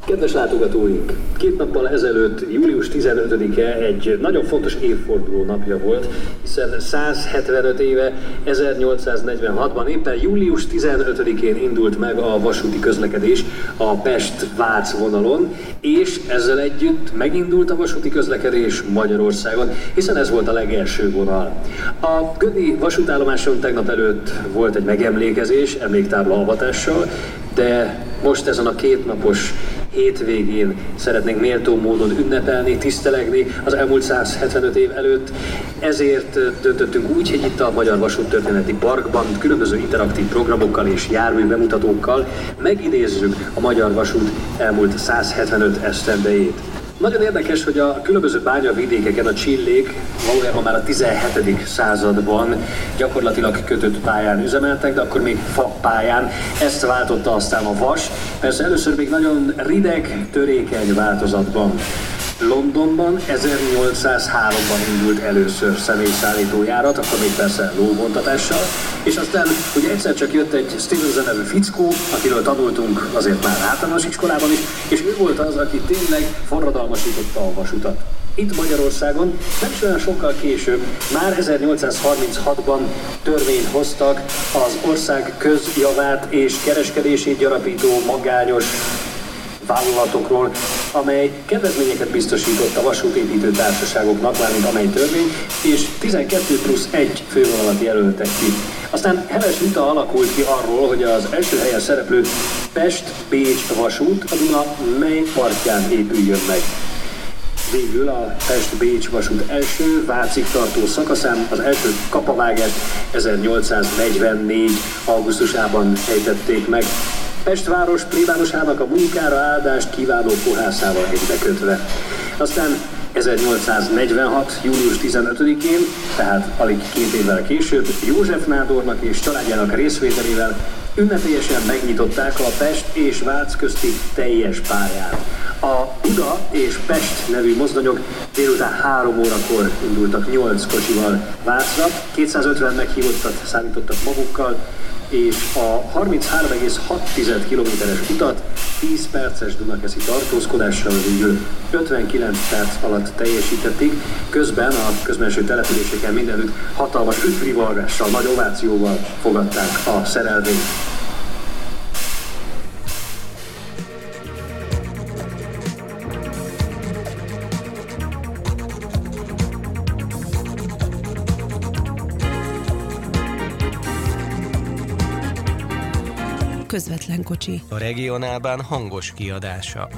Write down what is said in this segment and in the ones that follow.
Kedves látogatóink! 2 nappal ezelőtt, július 15-e egy nagyon fontos évforduló napja volt, hiszen 175 éve, 1846-ban éppen július 15-én indult meg a vasúti közlekedés a Pest-Vác vonalon, és ezzel együtt megindult a vasúti közlekedés Magyarországon, hiszen ez volt a legelső vonal. A Gödi vasútállomáson tegnap előtt volt egy megemlékezés, emléktábla avatással, de most ezen a 2 napos hétvégén szeretnénk méltó módon ünnepelni, tisztelegni az elmúlt 175 év előtt. Ezért döntöttünk úgy, hogy itt a Magyar Vasúttörténeti Parkban különböző interaktív programokkal és jármű bemutatókkal megidézzük a Magyar Vasút elmúlt 175 esztendejét. Nagyon érdekes, hogy a különböző bányavidékeken a csillék valójában már a 17. században gyakorlatilag kötött pályán üzemeltek, de akkor még fapályán. Ezt váltotta aztán a vas, persze először még nagyon rideg, törékeny változatban. Londonban 1803-ban indult először személyszállítójárat, akkor még persze lóvontatással, és aztán ugye egyszer csak jött egy Stevenson nevű fickó, akiről tanultunk azért már általános iskolában is, és ő volt az, aki tényleg forradalmasította a vasutat. Itt Magyarországon nem is olyan sokkal később, már 1836-ban törvényt hoztak az ország közjavát és kereskedését gyarapító magányos vállalatokról, amely kedvezményeket biztosított a vasútépítő társaságoknak, mármint amely törvény, és 12+1 fővonalat jelöltek ki. Aztán heves vita alakult ki arról, hogy az első helyen szereplő Pest-Bécs vasút a Duna mely partján épüljön meg. Végül a Pest-Bécs vasút első Vácig tartó szakaszán az első kapavágást 1844. augusztusában ejtették meg. Pest város plébánosának a munkára áldást kiváló kohászával egybekötve. Aztán 1846. július 15-én, tehát alig 2 évvel később, József nádornak és családjának részvételével ünnepélyesen megnyitották a Pest és Vác közti teljes pályát. A Buda és Pest nevű mozdonyok délután 3 órakor indultak 8 kocsival Vácra, 250 meghívottat szállítottak magukkal, és a 33,6 kilométeres utat 10 perces Dunakeszi tartózkodással végül 59 perc alatt teljesítették, közben a közbenső településeken mindenütt hatalmas üdvrivalgással, nagy ovációval fogadták a szerelvényt. Közvetlen kocsi. A regionálban hangos kiadása.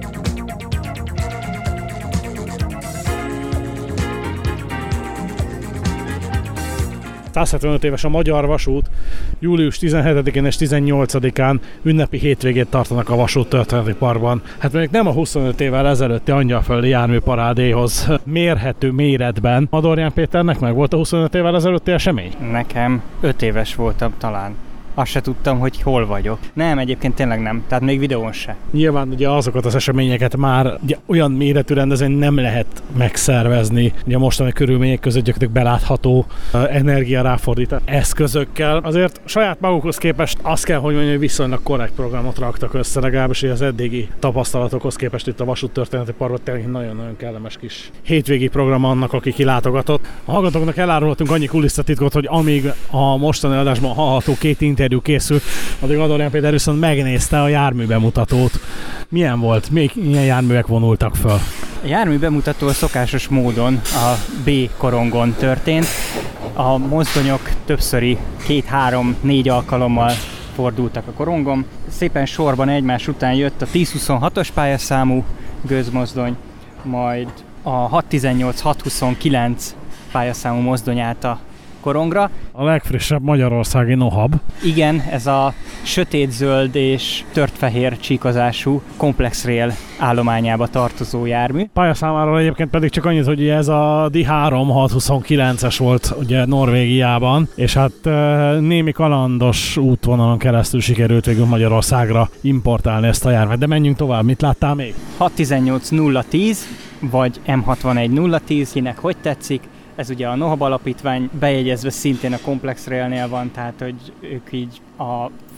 ...175 éves a Magyar Vasút, július 17-én és 18-án ünnepi hétvégét tartanak a Vasúttörténeti Parkban. Hát még nem a 25 évvel ezelőtti angyalföldi járműparádéhoz mérhető méretben. Madorján Péternek meg volt a 25 évvel ezelőtti esemény? Nekem 5 éves voltam talán. Azt se tudtam, hogy hol vagyok. Nem, egyébként tényleg nem. Tehát még videón se. Nyilván ugye azokat az eseményeket már ugye, olyan méretű rendezvény nem lehet megszervezni. Ugye mostani körülmények között gyakorlatilag belátható energiaráfordítás eszközökkel. Azért saját magukhoz képest azt kell, hogy mondjam, hogy viszonylag korrekt programot raktak össze, legalábbis az eddigi tapasztalatokhoz képest itt a Vasúttörténeti Parkban tényleg nagyon-nagyon kellemes kis hétvégi program annak, aki kilátogatott. A hallgatóknak elárulhatunk annyi kulisszatitkot, hogy amíg a mostani adásban hallható 2 interjú készült, addig Adorján Péter viszont megnézte a járműbemutatót. Milyen volt? Még milyen járművek vonultak föl? A járműbemutató szokásos módon a B korongon történt. A mozdonyok többszöri 2-3-4 alkalommal fordultak a korongon. Szépen sorban egymás után jött a 1026-os pályaszámú gőzmozdony, majd a 618-629 pályaszámú mozdony állt a korongra. A legfrissebb magyarországi nohab. Igen, ez a sötétzöld és törtfehér csíkozású Complex Rail állományába tartozó jármű. Pályaszámáról egyébként pedig csak annyit, hogy ez a D3 629-es volt ugye Norvégiában, és hát némi kalandos útvonalon keresztül sikerült végül Magyarországra importálni ezt a járművet. De menjünk tovább, mit láttál még? 618-010 vagy M61-010, kinek hogy tetszik. Ez ugye a Nohab Alapítvány bejegyezve szintén a Complex Railnél van, tehát hogy ők így a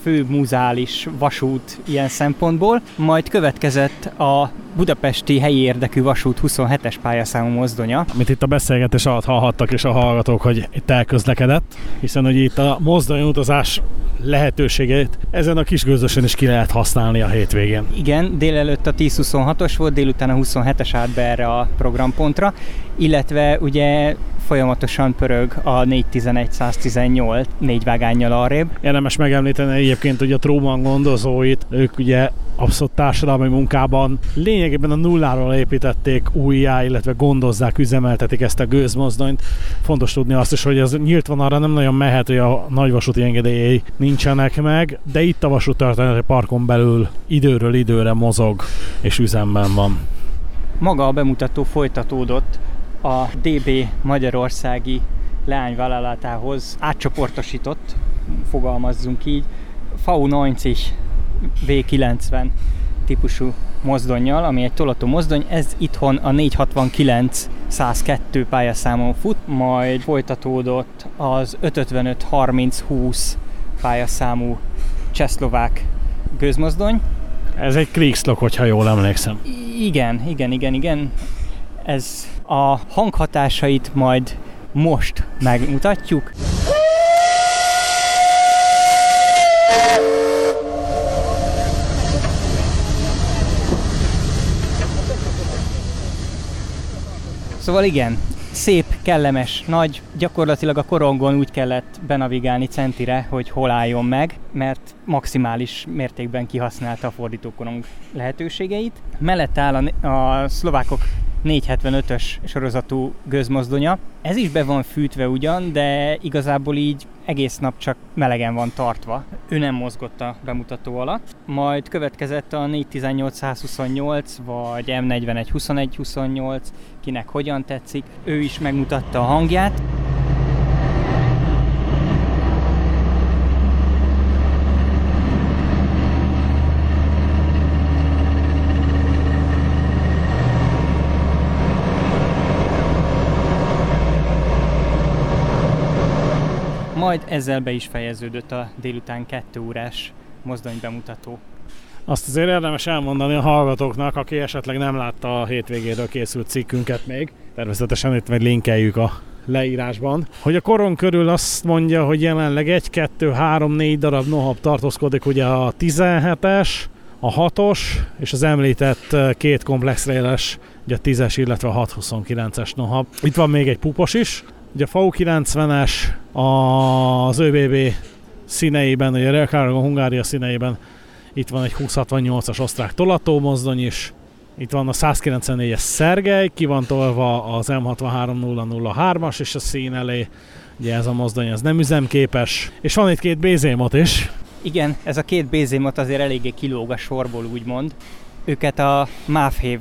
fő muzális vasút ilyen szempontból, majd következett a budapesti helyi érdekű vasút 27-es pályaszámú mozdonya. Amit itt a beszélgetés alatt hallhattak és a hallgatók, hogy itt elközlekedett, hiszen hogy itt a mozdonyutazás lehetőségét ezen a kis gőzösen is ki lehet használni a hétvégén. Igen, délelőtt a 10-26-os volt, délután a 27-es állt be erre a programpontra, illetve ugye folyamatosan pörög a 411-118 4 vágánnyal arrébb. Érdemes megemlíteni egyébként, hogy a Truman gondozóit, ők ugye abszolút társadalmi munkában lényegében a nulláról építették újjá, illetve gondozzák, üzemeltetik ezt a gőzmozdonyt. Fontos tudni azt is, hogy ez nyílt van, arra nem nagyon mehet, hogy a nagyvasúti engedélyei nincsenek meg, de itt a vasúttörténeti parkon belül időről időre mozog és üzemben van. Maga a bemutató folytatódott a DB magyarországi leányvállalatához átcsoportosított, fogalmazzunk így, V90 V90 típusú mozdonnyal, ami egy tolató mozdony, ez itthon a 469-102 pályaszámon fut, majd folytatódott az 555-30-20 pályaszámú csehszlovák gőzmozdony. Ez egy Kriegslok, hogyha jól emlékszem. Igen. Ez a hanghatásait majd most megmutatjuk. Szóval igen, szép, kellemes, nagy, gyakorlatilag a korongon úgy kellett benavigálni centire, hogy hol álljon meg, mert maximális mértékben kihasználta a fordítókorong lehetőségeit. Mellett áll a szlovákok 475-ös sorozatú gőzmozdonya. Ez is be van fűtve ugyan, de igazából így egész nap csak melegen van tartva. Ő nem mozgott a bemutató alatt. Majd következett a 418-128 vagy M41-21-28, kinek hogyan tetszik. Ő is megmutatta a hangját. Majd ezzel be is fejeződött a délután 2 órás mozdonybemutató. Azt azért érdemes elmondani a hallgatóknak, aki esetleg nem látta a hétvégéről készült cikkünket még, természetesen itt meg linkeljük a leírásban, hogy a korong körül azt mondja, hogy jelenleg 1, 2, 3, 4 darab nohab tartózkodik, ugye a 17-es, a 6-os és az említett 2 komplexréles, ugye a 10-es, illetve a 629-es nohab. Itt van még egy pupos is, ugye a V90-es az ÖBB színeiben, ugye a Rail Cargo Hungária színeiben, itt van egy 2068-as osztrák tolatómozdony is, itt van a 194-es Szergely, ki van tolva az M63003-as és a szín elé, ugye ez a mozdony ez nem üzemképes, és van itt 2 BZ-mot is. Igen, ez a 2 BZ-mot azért eléggé kilóg a sorból, úgymond. Őket a MÁV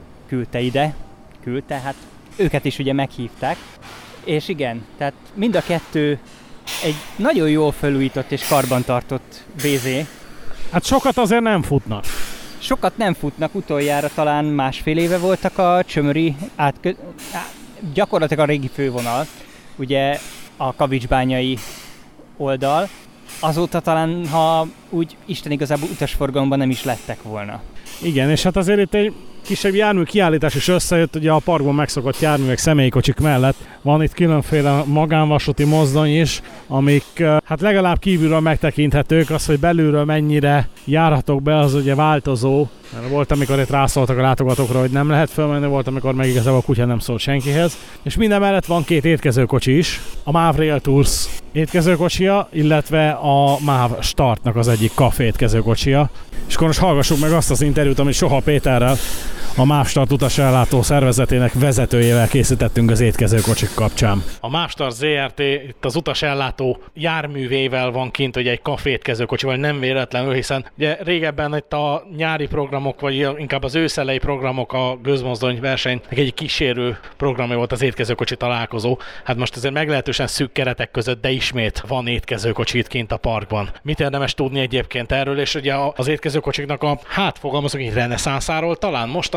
küldte, hát őket is ugye meghívták. És igen, tehát mind a 2 egy nagyon jól felújított és karbantartott BZ. Hát sokat azért nem futnak. Sokat nem futnak, utoljára talán 1,5 éve voltak a csömöri gyakorlatilag a régi fővonal, ugye a kavicsbányai oldal. Azóta talán, ha úgy Isten igazából utasforgalomban nem is lettek volna. Igen, és hát azért itt egy kisebb jármű kiállítás is összejött, ugye a parkban megszokott járművek, személykocsik mellett van itt különféle magánvasúti mozdony is, amik hát legalább kívülről megtekinthetők, az, hogy belülről mennyire járhatok be, az ugye változó. Volt, amikor itt rászóltak a látogatókra, hogy nem lehet fölmenni, volt, amikor meg igazából a kutya nem szólt senkihez. És minden mellett van 2 étkezőkocsi is, a MÁV Rail Tours étkezőkocsia, illetve a MÁV Startnak az egyik kafé étkezőkocsia. És akkor most hallgassuk meg azt az interjút, amit Soha Péterrel, a MÁV Start utasellátó szervezetének vezetőjével készítettünk az étkezőkocsik kapcsán. A MÁV Start ZRT itt az utasellátó járművével van kint, ugye egy kafétkezőkocsival, nem véletlenül, hiszen ugye régebben itt a nyári programok, vagy inkább az őszelei programok, a gőzmozdony versenynek egy kísérő programja volt az étkezőkocsi találkozó. Hát most azért meglehetősen szűk keretek között, de ismét van étkezőkocsi itt kint a parkban. Mit érdemes tudni egyébként erről, és ugye az étkezőkocsiknak a, hát fogalmazok így, reneszánszáról talán mostanában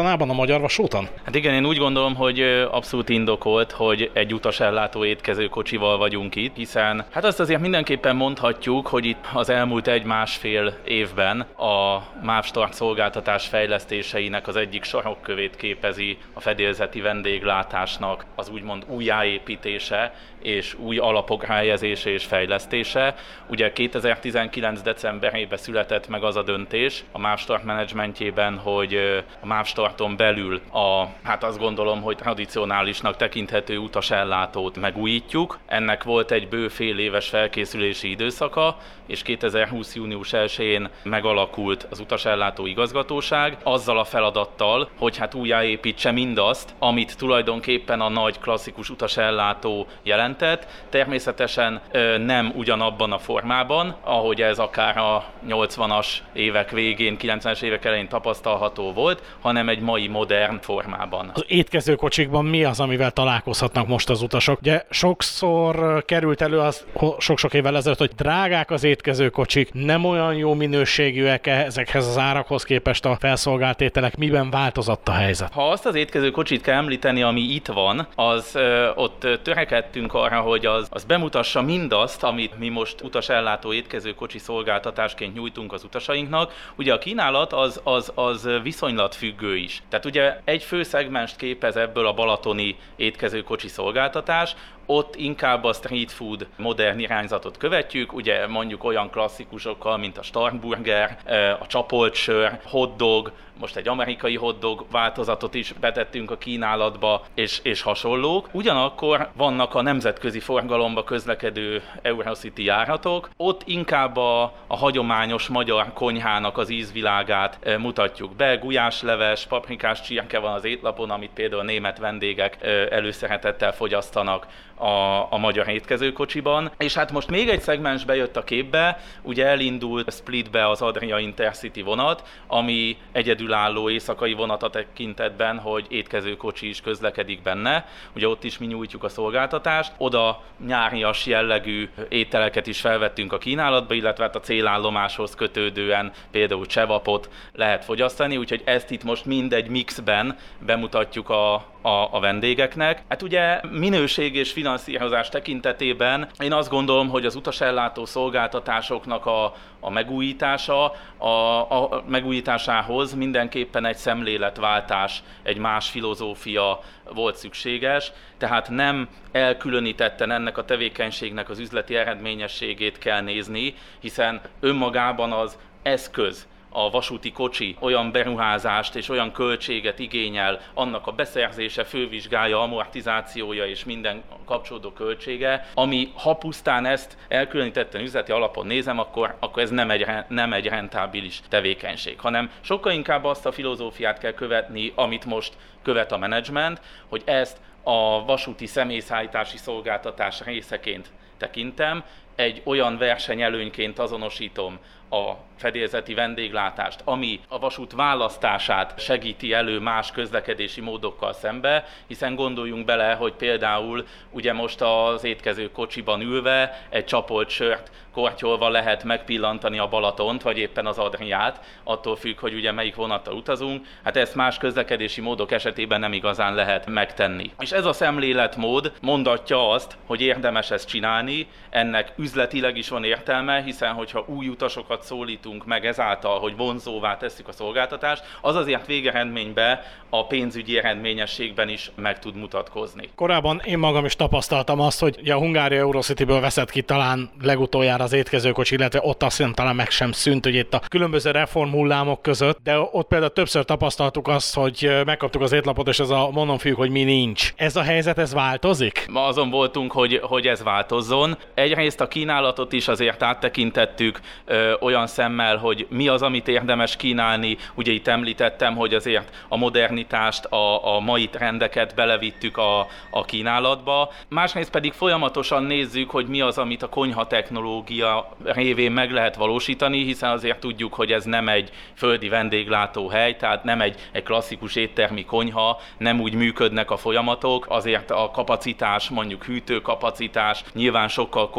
útvonalában, a Magyar Vasúton? Hát igen, én úgy gondolom, hogy abszolút indokolt, hogy egy utasellátó étkezőkocsival vagyunk itt, hiszen hát azt azért mindenképpen mondhatjuk, hogy itt az elmúlt 1-1,5 évben a MÁV Start szolgáltatás fejlesztéseinek az egyik sarokkövét képezi a fedélzeti vendéglátásnak az úgymond újjáépítése és új alapok helyezése és fejlesztése. Ugye 2019. decemberében született meg az a döntés a MÁV Start menedzsmentjében, hogy a MÁV Starton belül hát azt gondolom, hogy tradicionálisnak tekinthető utasellátót megújítjuk. Ennek volt egy bő fél éves felkészülési időszaka, és 2020. június 1-én megalakult az utasellátó igazgatóság azzal a feladattal, hogy hát újjáépítse mindazt, amit tulajdonképpen a nagy klasszikus utasellátó jelentett. Természetesen nem ugyanabban a formában, ahogy ez akár a 80-as évek végén, 90-es évek elején tapasztalható volt, hanem egy mai modern formában. Az étkezőkocsikban mi az, amivel találkozhatnak most az utasok? Ugye sokszor került elő az sok-sok évvel ezelőtt, hogy drágák az étkezőkocsik, nem olyan jó minőségűek ezekhez az árakhoz képest a felszolgált ételek. Miben változott a helyzet? Ha azt az étkezőkocsit kell említeni, ami itt van, az ott törekedtünk arra, hogy az bemutassa mindazt, amit mi most utasellátó étkezőkocsi szolgáltatásként nyújtunk az utasainknak. Ugye a kínálat az viszonylatfüggő is. Tehát ugye egy fő szegmenst képez ebből a balatoni étkezőkocsi szolgáltatás, ott inkább a street food modern irányzatot követjük, ugye mondjuk olyan klasszikusokkal, mint a Starburger, a csapolt sör, hotdog, most egy amerikai hotdog változatot is betettünk a kínálatba, és hasonlók. Ugyanakkor vannak a nemzetközi forgalomba közlekedő Eurocity járatok, ott inkább a hagyományos magyar konyhának az ízvilágát mutatjuk be. Gulyásleves, paprikás csirke van az étlapon, amit például német vendégek előszeretettel fogyasztanak a magyar étkezőkocsiban. És hát most még egy szegmens bejött a képbe, ugye elindult Splitbe az Adria Intercity vonat, ami egyedülálló éjszakai vonat a tekintetben, hogy étkezőkocsi is közlekedik benne. Ugye ott is mi nyújtjuk a szolgáltatást. Oda nyárias jellegű ételeket is felvettünk a kínálatba, illetve hát a célállomáshoz kötődően például csevapot lehet fogyasztani, úgyhogy ezt itt most mindegy mixben bemutatjuk a vendégeknek. Hát ugye minőség és finanszírozás tekintetében én azt gondolom, hogy az utasellátó szolgáltatásoknak a megújítása, a megújításához mindenképpen egy szemléletváltás, egy más filozófia volt szükséges, tehát nem elkülönítetten ennek a tevékenységnek az üzleti eredményességét kell nézni, hiszen önmagában az eszköz, a vasúti kocsi olyan beruházást és olyan költséget igényel, annak a beszerzése, fővizsgája, amortizációja és minden kapcsolódó költsége, ami ha pusztán ezt elkülönítetten üzleti alapon nézem, akkor ez nem egy rentábilis tevékenység, hanem sokkal inkább azt a filozófiát kell követni, amit most követ a menedzsment, hogy ezt a vasúti személyszállítási szolgáltatás részeként tekintem, egy olyan versenyelőnyként azonosítom a fedélzeti vendéglátást, ami a vasút választását segíti elő más közlekedési módokkal szembe, hiszen gondoljunk bele, hogy például ugye most az étkező kocsiban ülve egy csapolt sört kortyolva lehet megpillantani a Balatont, vagy éppen az Adriát, attól függ, hogy ugye melyik vonattal utazunk, hát ezt más közlekedési módok esetében nem igazán lehet megtenni. És ez a szemléletmód mondatja azt, hogy érdemes ezt csinálni, ennek üzletileg is van értelme, hiszen hogyha új utasokat szólítunk meg ezáltal, hogy vonzóvá tesszük a szolgáltatást, az azért végeredményben a pénzügyi eredményességben is meg tud mutatkozni. Korábban én magam is tapasztaltam azt, hogy a Hungária Eurocityből veszett ki talán legutoljára az étkezőkocsi, illetve ott azt hiszem talán meg sem szűnt, hogy itt a különböző reformhullámok között, de ott például többször tapasztaltuk azt, hogy megkaptuk az étlapot, és ez a mondom fiúk, hogy mi nincs. Ez a helyzet, ez változik? Ma azon voltunk, hogy ez változzon. Egyrészt a kínálatot is azért áttekintettük olyan szemmel, hogy mi az, amit érdemes kínálni. Ugye itt említettem, hogy azért a modernitást, a mai trendeket belevittük a kínálatba. Másrészt pedig folyamatosan nézzük, hogy mi az, amit a konyha technológia révén meg lehet valósítani, hiszen azért tudjuk, hogy ez nem egy földi vendéglátóhely, tehát nem egy klasszikus éttermi konyha, nem úgy működnek a folyamatok, azért a kapacitás, mondjuk hűtőkapacitás nyilván sokkal korlátozott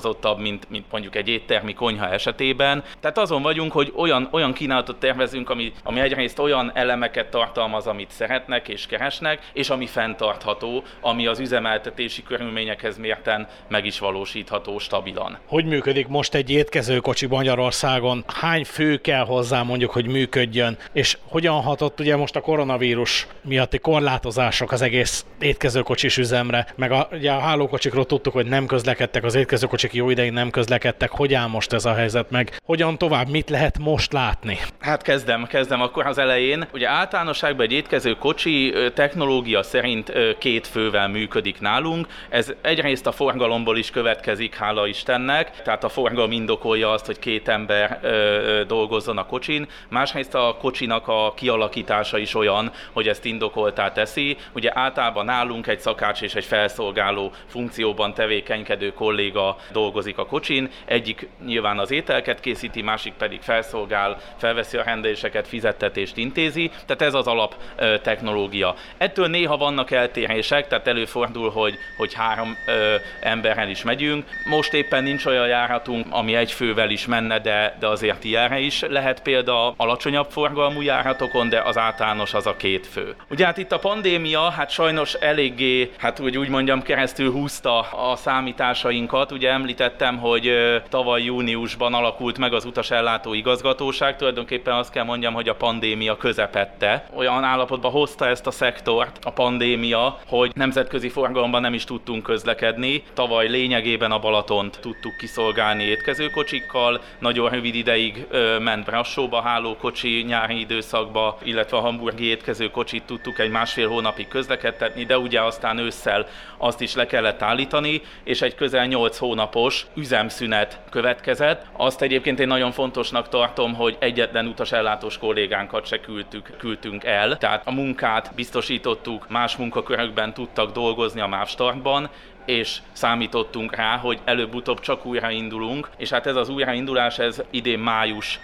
alkalmazottabb, mint mondjuk egy éttermi konyha esetében. Tehát azon vagyunk, hogy olyan kínálatot tervezünk, ami egyrészt olyan elemeket tartalmaz, amit szeretnek és keresnek, és ami fenntartható, ami az üzemeltetési körülményekhez mérten meg is valósítható stabilan. Hogy működik most egy étkezőkocsi Magyarországon? Hány fő kell hozzá mondjuk, hogy működjön? És hogyan hatott ugye most a koronavírus miatti korlátozások az egész étkezőkocsis üzemre? Meg ugye a hálókocsikról tudtuk, hogy nem közlekedtek, az étkezőkocsik jó ideig nem közlekedtek. Hogy áll most ez a helyzet meg? Hogyan tovább? Mit lehet most látni? Hát kezdem akkor az elején. Ugye általánosságban egy étkezőkocsi technológia szerint 2 fővel működik nálunk. Ez egyrészt a forgalomból is következik, hála Istennek, tehát a forgalom indokolja azt, hogy 2 ember dolgozzon a kocsin. Másrészt a kocsinak a kialakítása is olyan, hogy ezt indokoltá teszi. Ugye általában nálunk egy szakács és egy felszolgáló funkcióban tevékenykedő kolléga dolgozik a kocsin. Egyik nyilván az ételket készíti, másik pedig felszolgál, felveszi a rendeléseket, fizettetést intézi. Tehát ez az alap technológia. Ettől néha vannak eltérések, tehát előfordul, hogy 3 emberrel is megyünk. Most éppen nincs olyan járatunk, ami 1 fővel is menne, de azért ilyenre is lehet példa alacsonyabb forgalmú járatokon, de az általános az a 2 fő. Ugye hát itt a pandémia, hát sajnos eléggé, úgy mondjam, keresztül húzta a számításainkat. Ugye említettem, hogy tavaly júniusban alakult meg az utasellátó igazgatóság. Tulajdonképpen azt kell mondjam, hogy a pandémia közepette. Olyan állapotba hozta ezt a szektort a pandémia, hogy nemzetközi forgalomban nem is tudtunk közlekedni. Tavaly lényegében a Balatont tudtuk kiszolgálni étkezőkocsikkal. Nagyon rövid ideig ment Brassóba hálókocsi nyári időszakba, illetve a hamburgi étkezőkocsit tudtuk egy 1,5 hónapig közlekedtetni, de ugye aztán ősszel azt is le kellett állítani, és egy közel 8 hónapos üzemszünet következett. Azt egyébként én nagyon fontosnak tartom, hogy egyetlen utasellátós kollégánkat se küldtünk el, tehát a munkát biztosítottuk, más munkakörökben tudtak dolgozni a MÁV Startban, és számítottunk rá, hogy előbb-utóbb csak újraindulunk, és hát ez az újraindulás ez idén május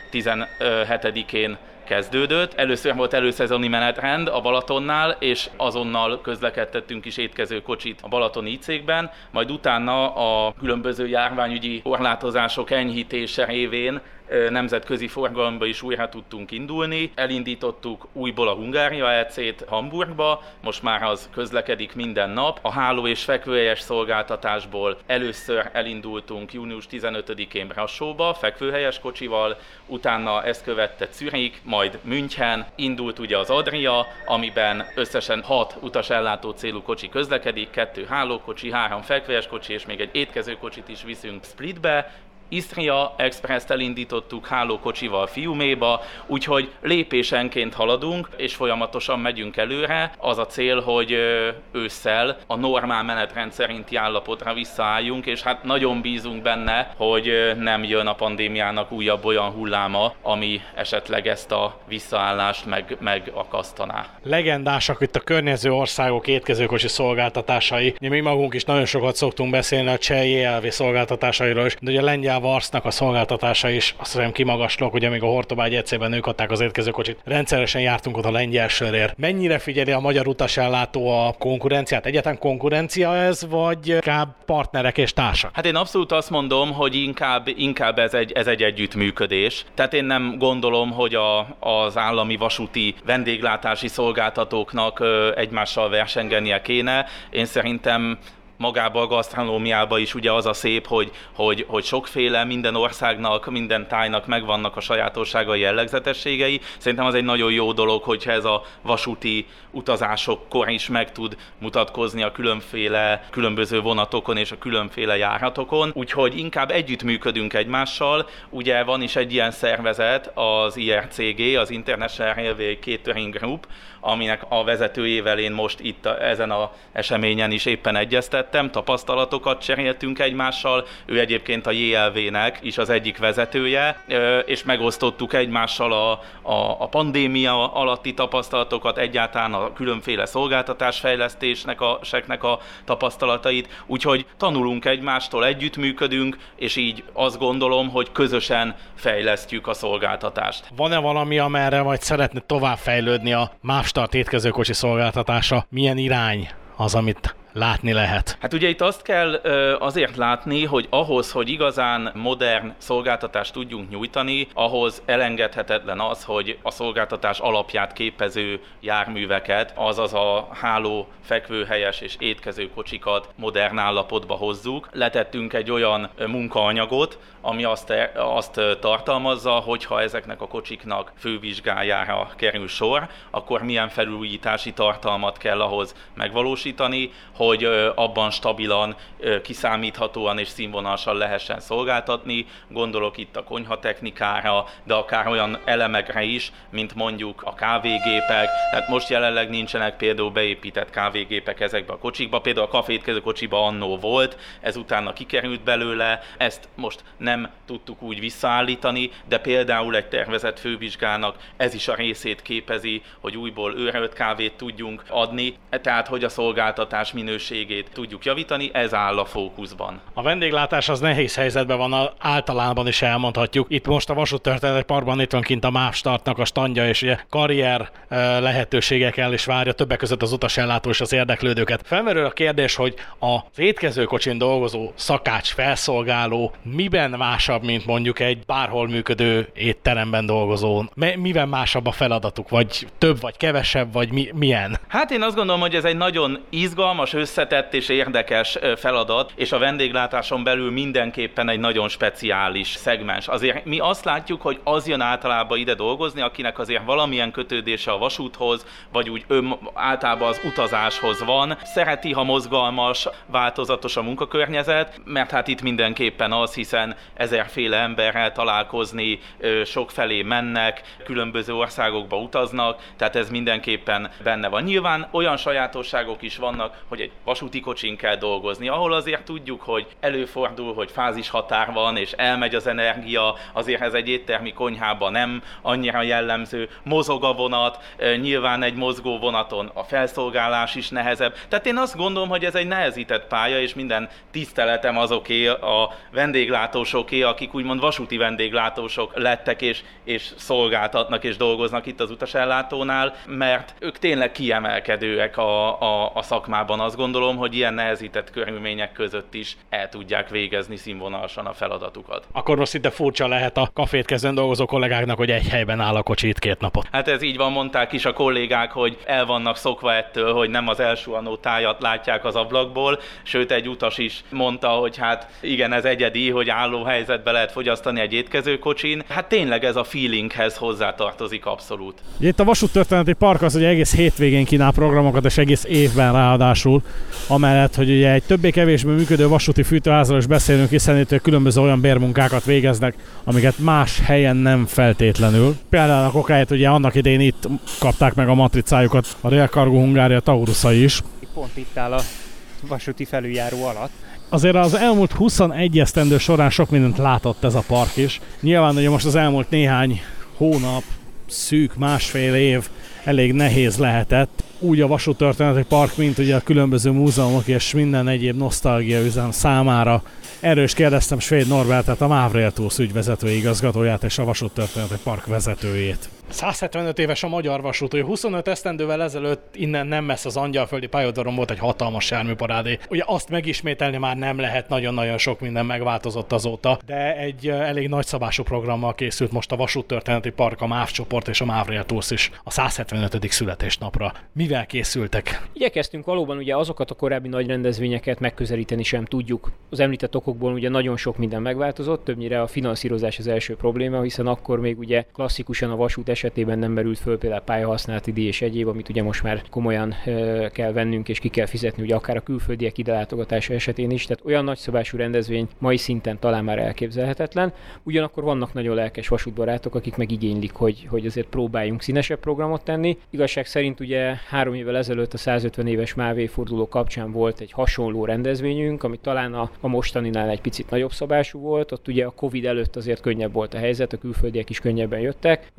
17-én kezdődött. Először volt előszezoni menetrend a Balatonnál, és azonnal közlekedtettünk is étkezőkocsit a balatoni IC-kben, majd utána a különböző járványügyi korlátozások enyhítése révén nemzetközi forgalomba is újra tudtunk indulni. Elindítottuk újból a Hungária EC-t Hamburgba, most már az közlekedik minden nap. A háló- és fekvőhelyes szolgáltatásból először elindultunk június 15-én Brassóba fekvőhelyes kocsival, utána ezt követte Zürich, majd München, indult ugye az Adria, amiben összesen 6 utasellátó célú kocsi közlekedik, 2 hálókocsi, 3 fekvőhelyes kocsi és még egy étkezőkocsit is viszünk Splitbe. Isztria Express-t elindítottuk hálókocsival Fiuméba, úgyhogy lépésenként haladunk, és folyamatosan megyünk előre. Az a cél, hogy ősszel a normál menetrend szerinti állapotra visszaálljunk, és hát nagyon bízunk benne, hogy nem jön a pandémiának újabb olyan hulláma, ami esetleg ezt a visszaállást megakasztaná. Legendásak itt a környező országok étkezőkocsi szolgáltatásai. Mi magunk is nagyon sokat szoktunk beszélni a cseh JLV szolgáltatásairól is, de ugye a lengyel Varsznak a szolgáltatása is azt hiszem kimagaslók, ugye még a Hortobágy EC-ben ők adták az étkezőkocsit. Rendszeresen jártunk ott a lengyel sörért. Mennyire figyeli a magyar utasellátó a konkurenciát? Egyáltalán konkurencia ez, vagy inkább partnerek és társak? Hát én abszolút azt mondom, hogy inkább ez egy együttműködés. Tehát én nem gondolom, hogy az állami vasúti vendéglátási szolgáltatóknak egymással versengenie kéne. Én szerintem magában a gasztronómiában is ugye az a szép, hogy sokféle, minden országnak, minden tájnak megvannak a sajátosságai, jellegzetességei. Szerintem az egy nagyon jó dolog, hogyha ez a vasúti utazásokkor is meg tud mutatkozni a különböző vonatokon és a különféle járatokon. Úgyhogy inkább együttműködünk egymással. Ugye van is egy ilyen szervezet, az IRCG, az International Railway Catering Group, aminek a vezetőjével én most itt ezen az eseményen is éppen egyeztettem, tapasztalatokat cseréltünk egymással, ő egyébként a JLV-nek is az egyik vezetője, és megosztottuk egymással a pandémia alatti tapasztalatokat, egyáltalán a különféle szolgáltatásfejlesztésnek a tapasztalatait, úgyhogy tanulunk egymástól, együttműködünk, és így azt gondolom, hogy közösen fejlesztjük a szolgáltatást. Van-e valami, amerre vagy szeretne tovább fejlődni a MÁV Start étkezőkocsi szolgáltatása? Milyen irány az, amit látni lehet? Hát ugye itt azt kell azért látni, hogy ahhoz, hogy igazán modern szolgáltatást tudjunk nyújtani, ahhoz elengedhetetlen az, hogy a szolgáltatás alapját képező járműveket, azaz a háló, fekvőhelyes és étkező kocsikat modern állapotba hozzuk. Letettünk egy olyan munkaanyagot, ami azt tartalmazza, hogyha ezeknek a kocsiknak fővizsgájára kerül sor, akkor milyen felújítási tartalmat kell ahhoz megvalósítani, hogy abban stabilan, kiszámíthatóan és színvonalasan lehessen szolgáltatni. Gondolok itt a konyhatechnikára, de akár olyan elemekre is, mint mondjuk a kávégépek. Tehát most jelenleg nincsenek például beépített kávégépek ezekbe a kocsikba. Például a kafétkező kocsiba annó volt, ez utána kikerült belőle, ezt most nem tudtuk úgy visszaállítani, de például egy tervezett fővizsgának ez is a részét képezi, hogy újból őrölt kávét tudjunk adni, tehát hogy a szolgáltatás minőségét tudjuk javítani, ez áll a fókuszban. A vendéglátás az nehéz helyzetben van, általában is elmondhatjuk. Itt most a Vasúttörténeti Parkban itt van kint a MÁV Startnak a standja, és ugye karrier lehetőségekkel is várja többek között az utasellátó és az érdeklődőket. Felmerül a kérdés, hogy az étkezőkocsin dolgozó szakács, felszolgáló miben másabb, mint mondjuk egy bárhol működő étteremben dolgozó? Miben másabb a feladatuk? Vagy több, vagy kevesebb, vagy milyen? Hát én azt gondolom, hogy ez egy nagyon izgalmas, összetett és érdekes feladat, és a vendéglátáson belül mindenképpen egy nagyon speciális szegmens. Azért mi azt látjuk, hogy az jön általában ide dolgozni, akinek azért valamilyen kötődése a vasúthoz, vagy úgy általában az utazáshoz van. Szereti, ha mozgalmas, változatos a munkakörnyezet, mert hát itt mindenképpen az, hiszen ezerféle emberrel találkozni, sokfelé mennek, különböző országokba utaznak, tehát ez mindenképpen benne van. Nyilván olyan sajátosságok is vannak, hogy egy vasúti kocsin kell dolgozni, ahol azért tudjuk, hogy előfordul, hogy fázishatár van, és elmegy az energia, azért ez egy éttermi konyhában nem annyira jellemző. Mozog a vonat, nyilván egy mozgó vonaton a felszolgálás is nehezebb. Tehát én azt gondolom, hogy ez egy nehezített pálya, és minden tiszteletem azoké a vendéglátósoké, akik úgymond vasúti vendéglátósok lettek, és szolgáltatnak és dolgoznak itt az utasellátónál, mert ők tényleg kiemelkedőek a szakmában. Azt gondolom, hogy ilyen nehezített körülmények között is el tudják végezni színvonalasan a feladatukat. Akkor most szinte furcsa lehet a kafétkezőn dolgozó kollégáknak, hogy egy helyben áll a kocsi itt 2 napot. Hát ez így van, mondták is a kollégák, hogy el vannak szokva ettől, hogy nem az elsuhanó tájat látják az ablakból, sőt egy utas is mondta, hogy hát igen, ez egyedi, hogy álló helyzetbe lehet fogyasztani egy étkezőkocsin. Hát tényleg ez a feelinghez hozzátartozik abszolút. Itt a Vasúttörténeti Park az ugye egész hétvégén kínál programokat, és egész évben ráadásul, amellett, hogy ugye egy többé-kevésbé működő vasúti fűtőházról is beszélünk, hiszen itt különböző olyan bérmunkákat végeznek, amiket más helyen nem feltétlenül. Például a kokáját ugye annak idején itt kapták meg a matricájukat a Rail Cargo Hungária Taurusai is. Pont itt áll a vasúti felüljáró alatt. Azért az elmúlt 21 esztendő során sok mindent látott ez a park is. Nyilván ugye most az elmúlt néhány hónap, szűk másfél év elég nehéz lehetett. Úgy a Vasúttörténeti Park, mint ugye a különböző múzeumok és minden egyéb nosztalgiaüzem számára. Erről is kérdeztem Svéd Norbertet, a MÁV Rail Tours ügyvezető igazgatóját és a Vasúttörténeti Park vezetőjét. 175 éves a magyar vasút, hogy 25 esztendővel ezelőtt innen nem messze az Angyalföldi pályaudvaron volt egy hatalmas járműparádé. Ugye azt megismételni már nem lehet, nagyon-nagyon sok minden megváltozott azóta, de egy elég nagyszabású programmal készült most a Vasúttörténeti Park, a MÁV csoport és a MÁV Rail Tours is a 175. születésnapra. Mivel készültek? Igyekeztünk valóban ugye azokat a korábbi nagy rendezvényeket megközelíteni sem tudjuk. Az említett okokból ugye nagyon sok minden megváltozott, többnyire a finanszírozás az első probléma, hiszen akkor még ugye klasszikusan a vasút esetében nem merült föl például pályahasználati díj és egyéb, amit ugye most már komolyan kell vennünk és ki kell fizetni, ugye akár a külföldiek ide látogatása esetén is, tehát olyan nagyszabású rendezvény mai szinten talán már elképzelhetetlen. Ugyanakkor vannak nagyon lelkes vasútbarátok, akik megigénylik, hogy azért próbáljunk színesebb programot tenni. Igazság szerint ugye 3 évvel ezelőtt a 150 éves MÁV évforduló kapcsán volt egy hasonló rendezvényünk, ami talán a mostaninál egy picit nagyobb szabású volt. Ott ugye a Covid előtt azért könnyebb volt a helyzet, a külföldiek is könnyebben jöttek. Ugye normál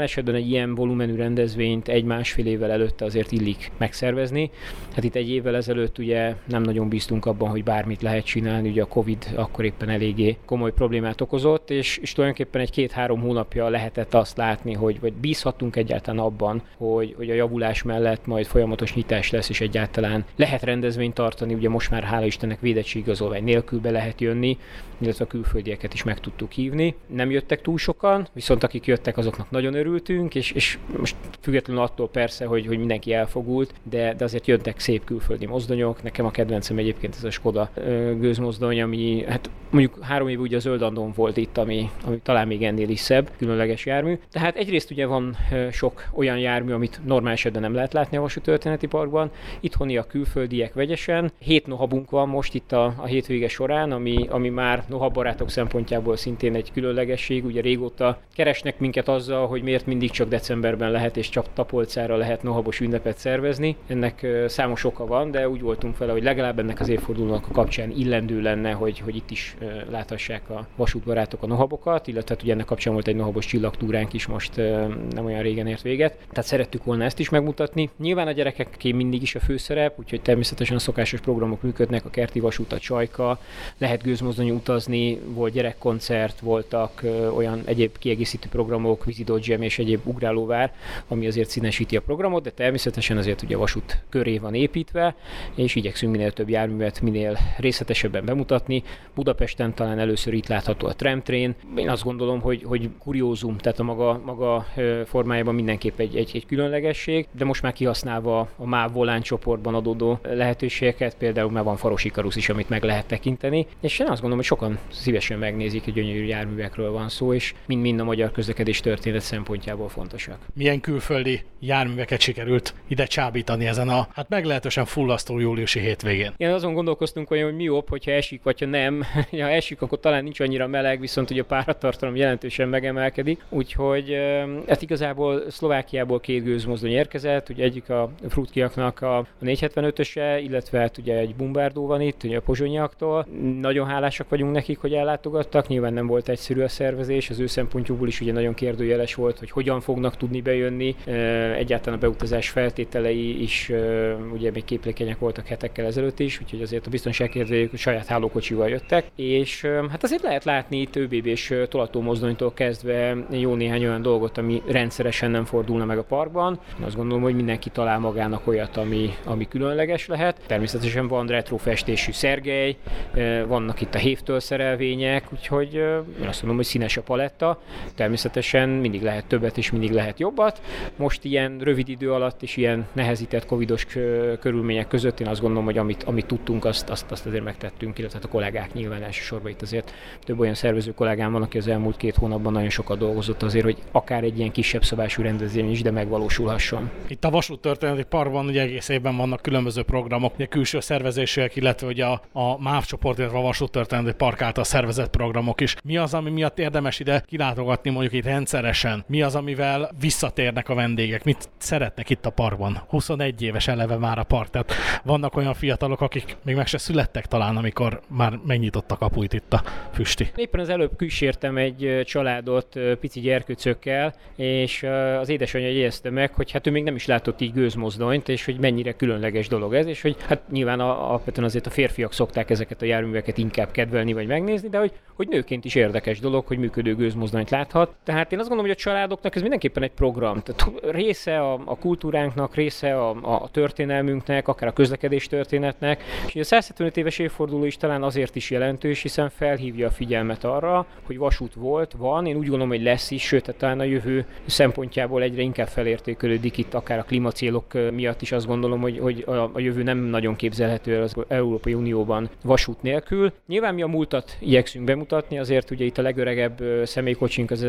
esetben egy ilyen volumenű rendezvényt 1-1,5 évvel előtte azért illik megszervezni. Hát itt 1 évvel ezelőtt ugye nem nagyon bíztunk abban, hogy bármit lehet csinálni, ugye a Covid akkor éppen eléggé komoly problémát okozott, és tulajdonképpen egy 2-3 hónapja lehetett azt látni, vagy bízhattunk egyáltalán abban, hogy a javulás mellett majd folyamatos nyitás lesz, és egyáltalán lehet rendezvényt tartani, ugye most már hála Istennek védettségigazolvány nélkül be lehet jönni, illetve a külföldieket is meg tudtuk hívni. Nem jöttek túl sokan, viszont akik jöttek, azoknak nagyon örültünk, és most függetlenül attól persze, hogy mindenki elfogult, de azért jöttek szép külföldi mozdonyok. Nekem a kedvencem egyébként ez a Skoda gőzmozdony, ami hát mondjuk 3 év ugye a Zöld Andon volt itt, ami talán még ennél is szebb, különleges jármű. Tehát egyrészt ugye van sok olyan jármű, amit normál esetben nem lehet látni a vasúttörténeti parkban. Itthoniak, külföldiek vegyesen. 7 nohabunk van most itt a hétvége során, ami már nohabbarátok szempontjából szintén egy különlegesség. Ugye régóta keresnek minket azzal, hogy miért mindig csak decemberben lehet és csak Tapolcára lehet nohabos ünnepet szervezni. Ennek számos oka van, de úgy voltunk vele, hogy legalább ennek az évfordulónak a kapcsán illendő lenne, hogy itt is láthassák a vasútbarátok a nohabokat, illetve hát ugye ennek kapcsán volt egy nohabos csillagtúránk is most nem olyan régen ért véget. Tehát szerettük volna ezt is megmutatni. Nyilván a gyerekeké mindig is a főszerep, úgyhogy természetesen a szokásos programok működnek, a kerti vasút, a Csajka, lehet gőzmozdony utazni, volt gyerekkoncert, voltak olyan egyéb kiegészítő programok, Visitors Jam és egyéb ugrálóvár, ami azért színesíti a programot, de természetesen azért ugye a vasút köré van építve, és igyekszünk minél több járművet minél részletesebben bemutatni. Budapesten talán először itt látható a tramtrain. Én azt gondolom, hogy kuriózum, tehát a maga formájában mindenképp egy különlegesség, de most már kihasználva a MÁV Volán csoportban adódó lehetőségeket, például már van Faros Ikarusz is, amit meg lehet tekinteni, és én azt gondolom, hogy sokan szívesen megnézik, hogy gyönyörű járművekről van szó, és mind a magyar közlekedés történet szempontjából fontosak. Milyen külföldi járműveket sikerült ide csábítani ezen a meglehetősen fullasztó júliusi hétvégén? Igen, azon gondolkoztunk olyan, hogy mi jobb, hogyha esik, vagy ha nem. Ha esik, akkor talán nincs annyira meleg, viszont ugye a páratartalom jelentősen megemelkedik. Úgyhogy hát igazából Szlovákiából 2 gőzmozdony érkezett, ugye egyik a Frutkiaknak a 475-öse, illetve hát ugye egy Bumbardó van itt, ugye a pozsonyiaktól. Nagyon hálásak vagyunk nekik, hogy ellátogattak. Nyilván nem volt egyszerű a szervezés, az ő szempontjukból is ugye nagyon kérdőjeles volt, hogy hogyan fognak tudni bejönni. Egyáltalán a beutazás feltételei is ugye még képlékenyek voltak hetekkel ezelőtt is, úgyhogy azért a biztonságkérdőjük saját hálókocsival jöttek, és hát azért lehet látni itt ÖBB-s tolatómozdonytól kezdve jó néhány olyan dolgot, ami rendszeresen nem fordulna meg a parkban. Azt gondolom, hogy mindenki talál magának olyat, ami különleges lehet. Természetesen van retrofestésű Szergely, vannak itt a hévtől szerelvények, úgyhogy én azt mondom, hogy színes a paletta. Természetesen mindig lehet többet és mindig lehet jobbat. Most ilyen rövid idő alatt és ilyen nehezített covidos körülmények között én azt gondolom, hogy amit tudtunk, azt azért megtettünk, illetve a kollégák nyilván elsősorban itt azért több olyan szervező kollégám van, aki az elmúlt 2 hónapban nagyon sokat dolgozott azért, hogy akár egy ilyen kisebb szabású rendezvény is, de megvalósulhasson. Itt a vasúttörténeti parkban ugye egész évben vannak különböző programok, ugye külső szervezések, illetve ugye a MÁV csoport, illetve a vasúttörténeti park által szervezett programok is. Mi az, ami miatt érdemes ide kilátogatni mondjuk itt rendszeresen? Mi az, amivel visszatérnek a vendégek? Mit szeretnek itt a parkban? 21 éves eleve már a park, tehát vannak olyan fiatalok, akik még meg se születtek talán, amikor már megnyitott a kapuit itt a Füsti. Éppen az előbb kísértem egy családot pici gyerkőcökkel, és az édesanyja jegyezte meg, hogy hát ő még nem is látott így gőzmozdonyt, és hogy mennyire különleges dolog ez, és hogy hát nyilván alapvetően azért a férfiak szokták ezeket a járműveket inkább kedvelni vagy megnézni, de hogy nőként is érdekes dolog, hogy működő gőzmozdonyt láthat. Tehát én azt gondolom, hogy a családoknak ez mindenképpen egy program. Tehát része a kultúránknak, része a történelmünknek, akár a közlekedés történetnek, és a 175 éves évforduló is talán azért is jelentős, hiszen felhívja a figyelmet arra, hogy vasút volt, van, én úgy gondolom, hogy lesz is, sőt, talán a jövő szempontjából egyre inkább felértékelődik itt, akár a klímacélok miatt is azt gondolom, hogy a jövő nem nagyon képzelhető az Európai Unióban vasút nélkül. Nyilván mi a múltat igyekszünk bemutatni, azért ugye itt a legöregebb személykocsink az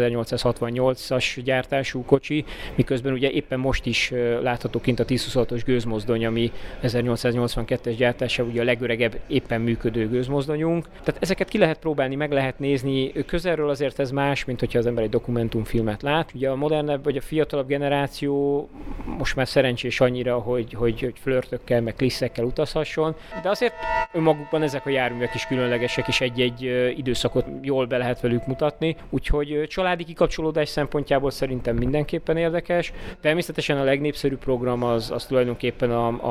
1868-as gyártású kocsi, miközben ugye éppen most is látható kint a 1026-os gőzmozdony, ami 1882-es gyártása, ugye a legöregebb éppen működő gőzmozdonyunk. Tehát ezeket ki lehet próbálni, meg lehet nézni. Közelről azért ez más, mint hogyha az ember egy dokumentumfilmet lát. Ugye a modernebb vagy a fiatalabb generáció most már szerencsés annyira, hogy flörtökkel, meg klisszekkel utazhasson, de azért önmagukban ezek a járművek is különlegesek, és egy-egy időszakot jól be lehet velük mutatni. Úgyhogy családi kikapcsolódás szempontjából szempontjából szerintem mindenképpen érdekes. Természetesen a legnépszerűbb program az tulajdonképpen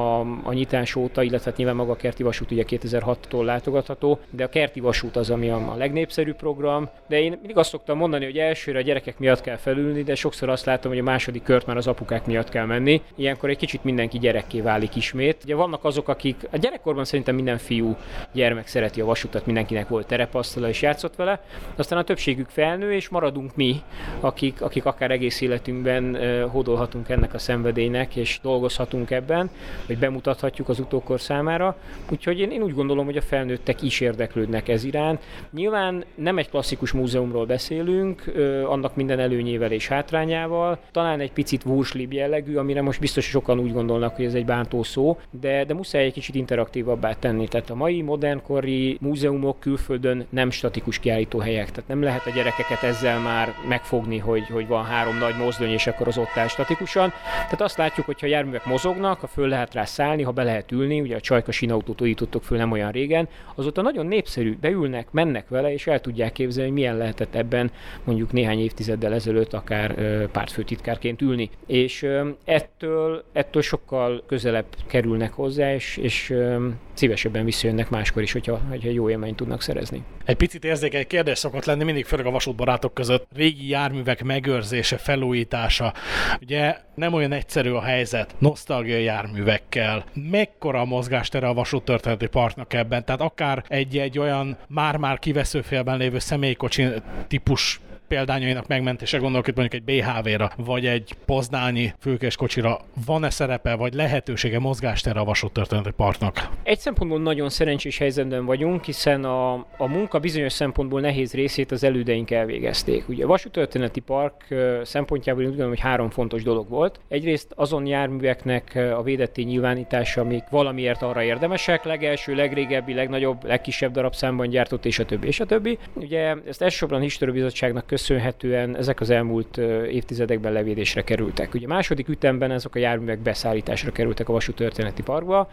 a nyitás óta, illetve nyilván maga a Kerti vasút ugye 2006-tól látogatható, de a Kerti vasút az, ami a legnépszerűbb program. De én mindig azt szoktam mondani, hogy elsőre a gyerekek miatt kell felülni, de sokszor azt látom, hogy a második kört már az apukák miatt kell menni. Ilyenkor egy kicsit mindenki gyerekké válik ismét. Ugye vannak azok, akik a gyerekkorban szerintem minden fiú gyermek szereti a vasutat, mindenkinek volt terepasztala és játszott vele. Aztán a többségük felnő, és maradunk mi, akik akár egész életünkben hódolhatunk ennek a szenvedélynek, és dolgozhatunk ebben, vagy bemutathatjuk az utókor számára. Úgyhogy én úgy gondolom, hogy a felnőttek is érdeklődnek ez iránt. Nyilván nem egy klasszikus múzeumról beszélünk, annak minden előnyével és hátrányával. Talán egy picit wurslibb jellegű, amire most biztos sokan úgy gondolnak, hogy ez egy bántó szó, de muszáj egy kicsit interaktívabbá tenni. Tehát a mai modernkori múzeumok külföldön nem statikus kiállítóhelyek, tehát nem lehet a gyerekeket ezzel már megfogni, hogy van 3 nagy mozdony, és akkor az ott áll statikusan. Tehát azt látjuk, hogy ha járművek mozognak, ha föl lehet rá szállni, ha be lehet ülni, ugye a Csajka sínautót újítottuk föl nem olyan régen, azóta nagyon népszerű, beülnek, mennek vele, és el tudják képzelni, hogy milyen lehetett ebben mondjuk néhány évtizeddel ezelőtt akár pártfőtitkárként ülni. És ettől sokkal közelebb kerülnek hozzá, és szívesebben visszajönnek máskor is, hogyha jó élményt tudnak szerezni. Egy picit érzékeny kérdés szokott lenni mindig, főleg a vasútbarátok között. Régi járművek megőrzése, felújítása. Ugye nem olyan egyszerű a helyzet nosztalgia járművekkel. Mekkora a mozgástere a Vasúttörténeti Parknak ebben? Tehát akár egy olyan már-már kiveszőfélben lévő személykocsi típus példányainak megmentése, gondolok itt mondjuk egy BHV-ra, vagy egy poznányi fülkéskocsira, van-e szerepe, vagy lehetősége, mozgástere a Vasúttörténeti Parknak? Egy szempontból nagyon szerencsés helyzetben vagyunk, hiszen a munka bizonyos szempontból nehéz részét az elődeink elvégezték. Ugye a Vasúttörténeti Park szempontjából én úgy gondolom, hogy 3 fontos dolog volt. Egyrészt azon járműveknek a védetté nyilvánítása, amik valamiért arra érdemesek, legelső, legrégebbi, legnagyobb, legkisebb darabszámban gyártott, és a többi, és a többi. Ugye ezt elsősorban a Historiabizottságnak köszönhetően ezek az elmúlt évtizedekben levédésre kerültek. Ugye második ütemben ezek a járművek beszállításra kerültek a Vasúttörténeti Parkba,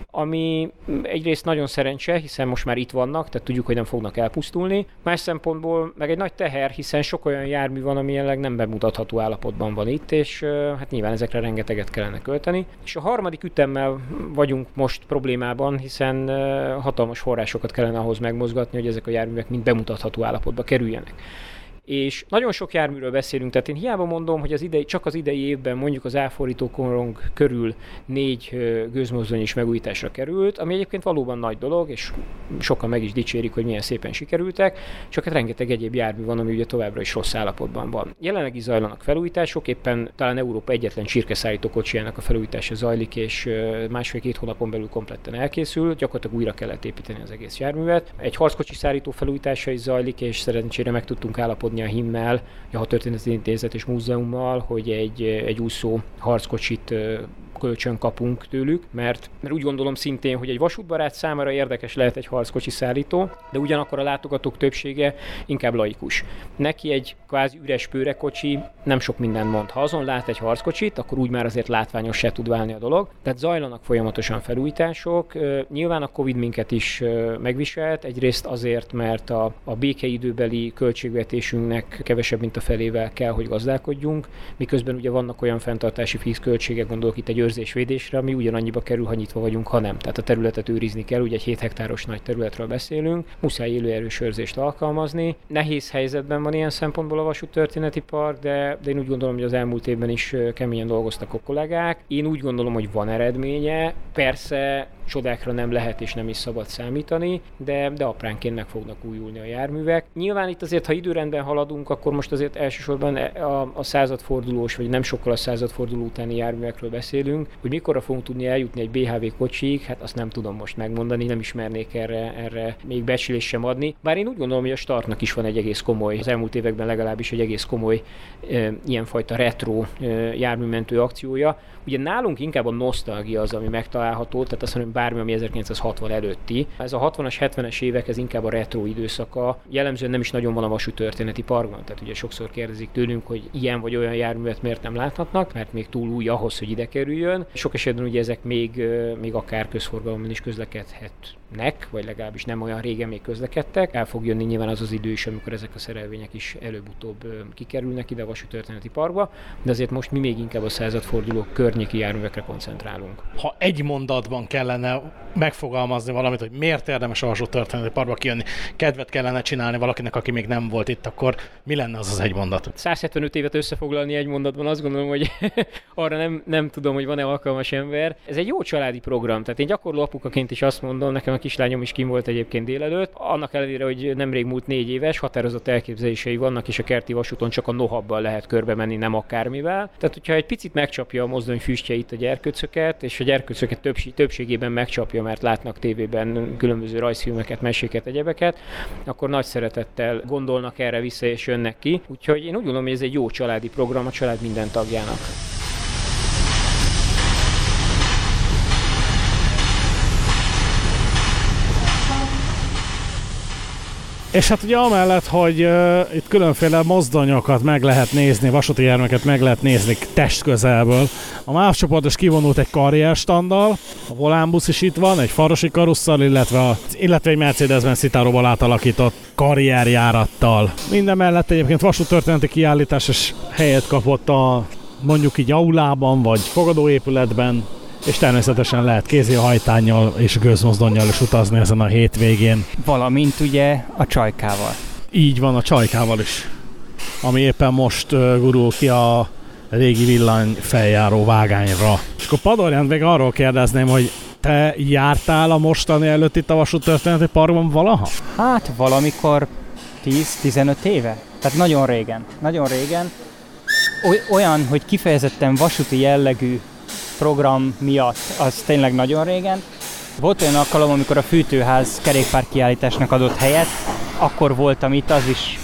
ami egyrészt nagyon szerencse, hiszen most már itt vannak, tehát tudjuk, hogy nem fognak elpusztulni. Más szempontból meg egy nagy teher, hiszen sok olyan jármű van, ami jelenleg nem bemutatható állapotban van itt, és hát nyilván ezekre rengeteget kellene költeni. És a harmadik ütemmel vagyunk most problémában, hiszen hatalmas forrásokat kellene ahhoz megmozgatni, hogy ezek a járművek mind bemutatható állapotba kerüljenek. És nagyon sok járműről beszélünk, tehát én hiába mondom, hogy csak az idei évben mondjuk az áfordító korong körül 4 gőzmozdony is megújításra került, ami egyébként valóban nagy dolog, és sokan meg is dicsérik, hogy milyen szépen sikerültek, csak hát rengeteg egyéb jármű van, ami ugye továbbra is rossz állapotban van. Jelenleg is zajlanak felújítások, éppen talán Európa egyetlen csirkeszállító kocsijának a felújítása zajlik, és 1,5-2 hónapon belül kompletten elkészül, gyakorlatilag újra kellett építeni az egész járművet. Egy harckocsi szállító felújítása is zajlik, és szerencsére meg tudtunk állapodni a HIM-mel, a Hadtörténeti Intézet és Múzeummal, hogy egy úszó harckocsit kölcsön kapunk tőlük, mert úgy gondolom szintén, hogy egy vasútbarát számára érdekes lehet egy harckocsi szállító, de ugyanakkor a látogatók többsége inkább laikus. Neki egy kvázi üres pőrekocsi nem sok mindent mond. Ha azon lát egy harckocsit, akkor úgy már azért látványossá tud válni a dolog. Tehát zajlanak folyamatosan felújítások. Nyilván a Covid minket is megviselt, egyrészt azért, mert a békeidőbeli költségvetésünknek kevesebb, mint a felével kell, hogy gazdálkodjunk, miközben ugye vannak olyan fenntartási költségek, gondolok itt egy őrzésvédésre, ami ugyanannyiba kerül, ha nyitva vagyunk, ha nem. Tehát a területet őrizni kell, ugye egy 7 hektáros nagy területről beszélünk, muszáj élőerős őrzést alkalmazni. Nehéz helyzetben van ilyen szempontból a Vasúttörténeti Park, de én úgy gondolom, hogy az elmúlt évben is keményen dolgoztak a kollégák. Én úgy gondolom, hogy van eredménye. Persze csodákra nem lehet és nem is szabad számítani, de apránként meg fognak újulni a járművek. Nyilván itt azért, ha időrendben haladunk, akkor most azért elsősorban a századfordulós, vagy nem sokkal a századforduló utáni járművekről beszélünk, hogy mikorra fogunk tudni eljutni egy BHV kocsiig, hát azt nem tudom most megmondani, nem ismernék erre még becslést sem adni. Bár én úgy gondolom, hogy a Startnak is van egy egész komoly, az elmúlt években legalábbis egy egész komoly ilyenfajta retro járműmentő akciója. Ugye nálunk inkább a nosztalgia az, ami megtalálható, tehát azt mondom, bármi, ami 1960 előtti. Ez a 60-as, 70-es évek, ez inkább a retro időszaka. Jellemzően nem is nagyon van a Vasúttörténeti Parkban, tehát ugye sokszor kérdezik tőlünk, hogy ilyen vagy olyan járművet miért nem láthatnak, mert még túl új ahhoz, hogy ide kerüljön. épüljön. Sok esetben ugye ezek még akár közforgalomban is közlekedhetnek, vagy legalábbis nem olyan régen még közlekedtek. El fog jönni nyilván az idő is, amikor ezek a szerelvények is előbb-utóbb kikerülnek ide a vasúttörténeti parkba, de azért most mi még inkább a századforduló környéki járművekre koncentrálunk. Ha egy mondatban kellene megfogalmazni valamit, hogy miért érdemes a vasúttörténeti parkba kijönni, kedvet kellene csinálni valakinek, aki még nem volt itt, akkor mi lenne az egy mondat? 175 évet összefoglalni egy mondatban, azt gondolom, hogy arra nem tudom, hogy van-e alkalmas ember. Ez egy jó családi program, tehát én gyakorló apukaként is azt mondom, nekem a kislányom is kim volt egyébként délelőtt, annak ellenére, hogy nemrég múlt 4 éves, határozott elképzelései vannak, és a kerti vasúton csak a nohabbal lehet körbe menni, nem akármivel. Tehát, hogyha egy picit megcsapja a mozdony füstjeit a gyerkőcöket, és a gyerkőcöket többségében megcsapja, mert látnak tévében különböző rajzfilmeket, meséket, egyebeket, akkor nagy szeretettel gondolnak erre vissza és jönnek ki. Úgyhogy én úgy gondolom, hogy ez egy jó családi program a család minden tagjának. És hát ugye amellett, hogy itt különféle mozdonyokat meg lehet nézni, vasúti járműveket meg lehet nézni testközelből. A MÁV csoport is kivonult egy karrierstanddal, a volánbusz is itt van, egy farosi karusszal, illetve egy Mercedes-Benz Citaróval átalakított karrierjárattal. Minden mellett egyébként vasúttörténeti kiállítás is helyet kapott a mondjuk így aulában vagy fogadóépületben, és természetesen lehet kézihajtánnyal és gőzmozdonnyal is utazni ezen a hétvégén. Valamint ugye a csajkával. Így van, a csajkával is, ami éppen most gurul ki a régi villany feljáró vágányra. És akkor Padorján még arról kérdezném, hogy te jártál a mostani előtt itt a vasúttörténeti parkban valaha? Hát valamikor 10-15 éve. Tehát nagyon régen. Nagyon régen. Olyan, hogy kifejezetten vasúti jellegű program miatt, az tényleg nagyon régen. Volt olyan alkalom, amikor a fűtőház kerékpárkiállításnak adott helyet, akkor voltam itt, az is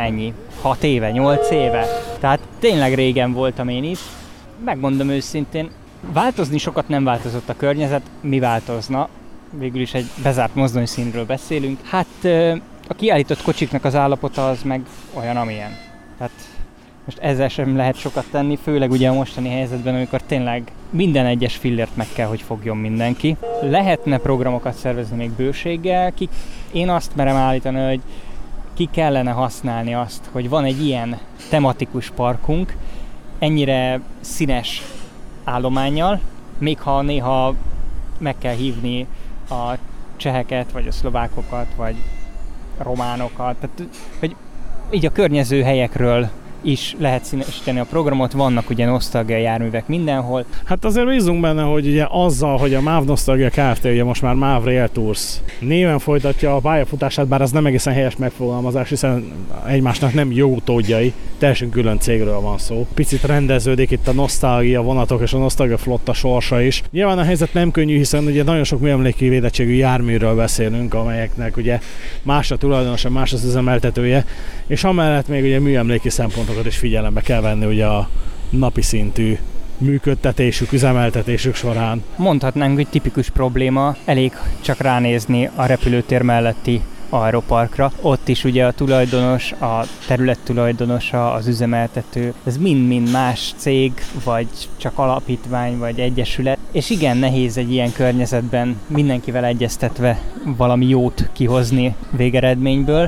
6 éve, 8 éve. Tehát tényleg régen voltam én itt. Megmondom őszintén, változni sokat nem változott a környezet, mi változna? Végül is egy bezárt mozdonyszínről beszélünk. Hát a kiállított kocsiknak az állapota az meg olyan, amilyen. Tehát most ezzel sem lehet sokat tenni, főleg ugye a mostani helyzetben, amikor tényleg minden egyes fillért meg kell, hogy fogjon mindenki. Lehetne programokat szervezni még bőséggel, én azt merem állítani, hogy ki kellene használni azt, hogy van egy ilyen tematikus parkunk, ennyire színes állománnyal, még ha néha meg kell hívni a cseheket, vagy a szlovákokat, vagy a románokat, tehát hogy így a környező helyekről is lehet színesíteni a programot, vannak ugye nosztalgia járművek mindenhol. Hát azért bízunk benne, hogy ugye azzal, hogy a MÁV Nosztalgia Kft. Ugye most már MÁV Rail Tours néven folytatja a pályafutását, bár ez nem egészen helyes megfogalmazás, hiszen egymásnak nem jó utódjai, teljesen külön cégről van szó. Picit rendeződik itt a nosztalgia vonatok és a nosztalgia flotta sorsa is. Nyilván a helyzet nem könnyű, hiszen ugye nagyon sok műemléki védettségű járműről beszélünk, amelyeknek ugye más a tulajdonosa, más az üzemeltetője, és amellett még ugye műemléki szempontokat is figyelembe kell venni ugye a napi szintű működtetésük, üzemeltetésük során. Mondhatnánk, hogy tipikus probléma, elég csak ránézni a repülőtér melletti aeroparkra. Ott is ugye a tulajdonos, a terület tulajdonosa, az üzemeltető, ez mind-mind más cég, vagy csak alapítvány, vagy egyesület. És igen, nehéz egy ilyen környezetben mindenkivel egyeztetve valami jót kihozni végeredményből.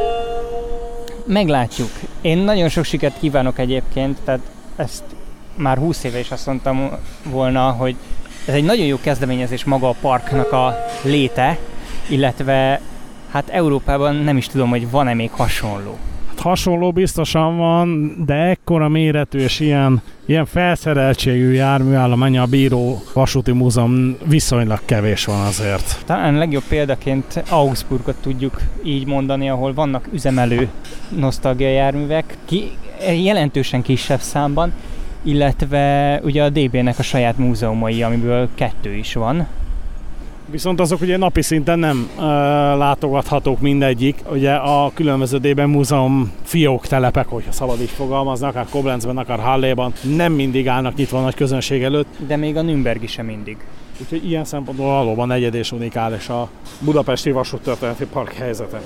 Meglátjuk. Én nagyon sok sikert kívánok egyébként, tehát ezt már 20 éve is azt mondtam volna, hogy ez egy nagyon jó kezdeményezés maga a parknak a léte, illetve hát Európában nem is tudom, hogy van-e még hasonló. Hasonló biztosan van, de ekkora méretű és ilyen felszereltségű járműállománya a bíró vasúti múzeum viszonylag kevés van azért. Talán legjobb példaként Augsburgot tudjuk így mondani, ahol vannak üzemelő nosztalgia járművek, jelentősen kisebb számban, illetve ugye a DB-nek a saját múzeumai, amiből 2 is van. Viszont azok ugye napi szinten nem látogathatók mindegyik. Ugye a különböző DB múzeum fióktelepek, hogyha szabad így fogalmazni, akár Koblenzben, akár Halléban nem mindig állnak nyitva a nagy közönség előtt. De még a Nürnbergi sem mindig. Úgyhogy ilyen szempontból valóban egyedi és unikális a budapesti vasúttörténeti park helyzete.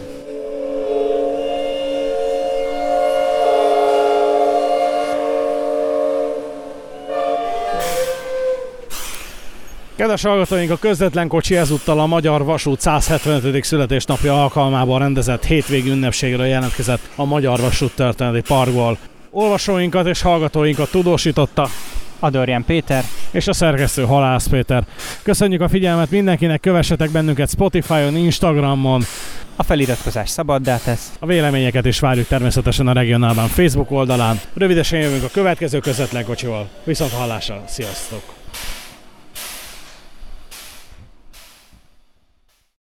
Kedves hallgatóink, a közvetlen kocsi ezúttal a Magyar Vasút 175. születésnapja alkalmából rendezett hétvégi ünnepségről jelentkezett a Magyar Vasút Történeti Parkból. Olvasóinkat és hallgatóinkat tudósította Adorján Péter és a szerkesztő Halász Péter. Köszönjük a figyelmet mindenkinek, kövessetek bennünket Spotify-on, Instagramon. A feliratkozás szabaddá tesz. A véleményeket is várjuk természetesen a Regionálban Facebook oldalán. Rövidesen jövünk a következő közvetlen kocsival. Viszont hallásra, sziasztok!